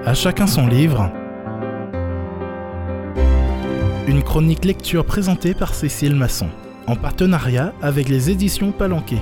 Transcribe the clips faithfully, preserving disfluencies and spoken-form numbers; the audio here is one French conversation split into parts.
À chacun son livre. Une chronique lecture présentée par Cécile Masson, en partenariat avec les éditions Palanquet.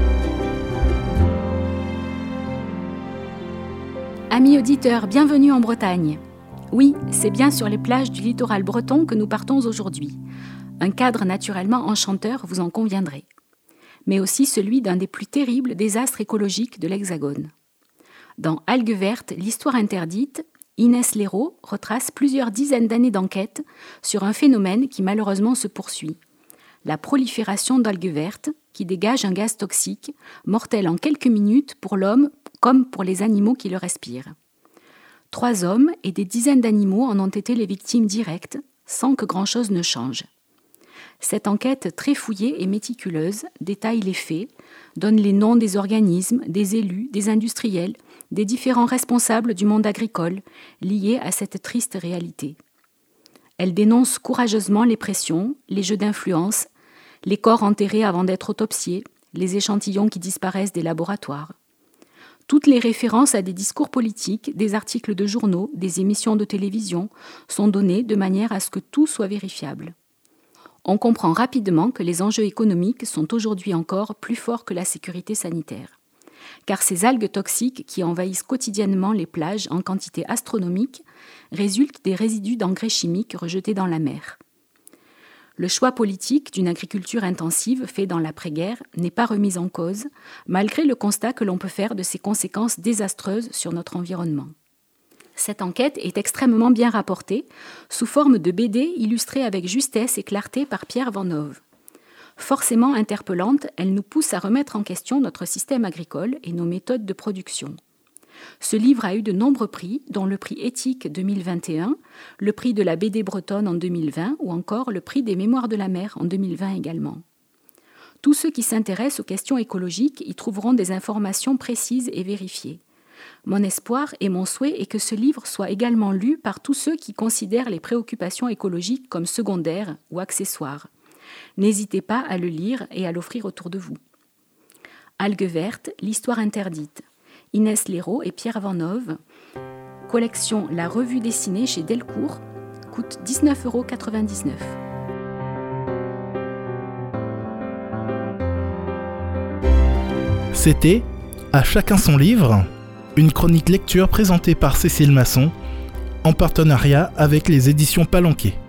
Amis auditeurs, bienvenue en Bretagne. Oui, c'est bien sur les plages du littoral breton que nous partons aujourd'hui. Un cadre naturellement enchanteur, vous en conviendrez. Mais aussi celui d'un des plus terribles désastres écologiques de l'Hexagone. Dans Algues vertes, l'histoire interdite, Inès Léraud retrace plusieurs dizaines d'années d'enquête sur un phénomène qui malheureusement se poursuit. La prolifération d'algues vertes qui dégagent un gaz toxique, mortel en quelques minutes pour l'homme comme pour les animaux qui le respirent. Trois hommes et des dizaines d'animaux en ont été les victimes directes, sans que grand-chose ne change. Cette enquête très fouillée et méticuleuse détaille les faits, donne les noms des organismes, des élus, des industriels, des différents responsables du monde agricole liés à cette triste réalité. Elle dénonce courageusement les pressions, les jeux d'influence, les corps enterrés avant d'être autopsiés, les échantillons qui disparaissent des laboratoires. Toutes les références à des discours politiques, des articles de journaux, des émissions de télévision sont données de manière à ce que tout soit vérifiable. On comprend rapidement que les enjeux économiques sont aujourd'hui encore plus forts que la sécurité sanitaire. Car ces algues toxiques qui envahissent quotidiennement les plages en quantité astronomique résultent des résidus d'engrais chimiques rejetés dans la mer. Le choix politique d'une agriculture intensive fait dans l'après-guerre n'est pas remis en cause, malgré le constat que l'on peut faire de ses conséquences désastreuses sur notre environnement. Cette enquête est extrêmement bien rapportée, sous forme de B D illustrée avec justesse et clarté par Pierre Van Hove. Forcément interpellante, elle nous pousse à remettre en question notre système agricole et nos méthodes de production. Ce livre a eu de nombreux prix, dont le prix éthique deux mille vingt et un, le prix de la B D bretonne en deux mille vingt ou encore le prix des Mémoires de la mer en deux mille vingt également. Tous ceux qui s'intéressent aux questions écologiques y trouveront des informations précises et vérifiées. Mon espoir et mon souhait est que ce livre soit également lu par tous ceux qui considèrent les préoccupations écologiques comme secondaires ou accessoires. N'hésitez pas à le lire et à l'offrir autour de vous. Algues vertes, l'histoire interdite. Inès Léraud et Pierre Van Hove. Collection La Revue dessinée chez Delcourt. Coûte dix-neuf euros quatre-vingt-dix-neuf. C'était À chacun son livre, une chronique lecture présentée par Cécile Masson, en partenariat avec les éditions Palanquet.